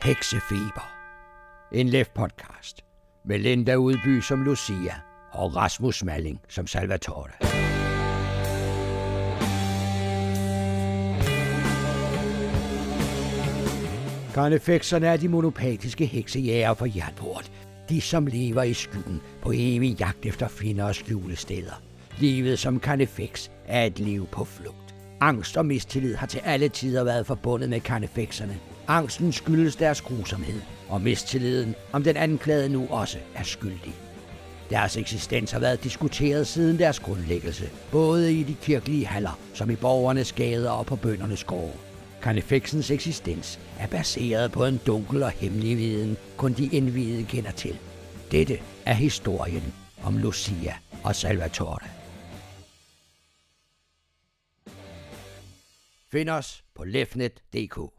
Heksefeber. En LEF-podcast med Linda Udby som Lucia og Rasmus Smalling som Salvatore. Carnifexerne er de monopatiske heksejæger for Hjertport. De, som lever i skyggen på evig jagt efter fjender og skjulesteder. Livet som Carnifex er et liv på flugt. Angst og mistillid har til alle tider været forbundet med Carnifexerne. Angsten skyldes deres grusomhed, og mistilliden, om den anklagede nu også er skyldig. Deres eksistens har været diskuteret siden deres grundlæggelse, både i de kirkelige haller, som i borgernes gader og på bøndernes gårde. Carnifexens eksistens er baseret på en dunkel og hemmelig viden, kun de indviede kender til. Dette er historien om Lucia og Salvatore. Find os på lefnet.dk.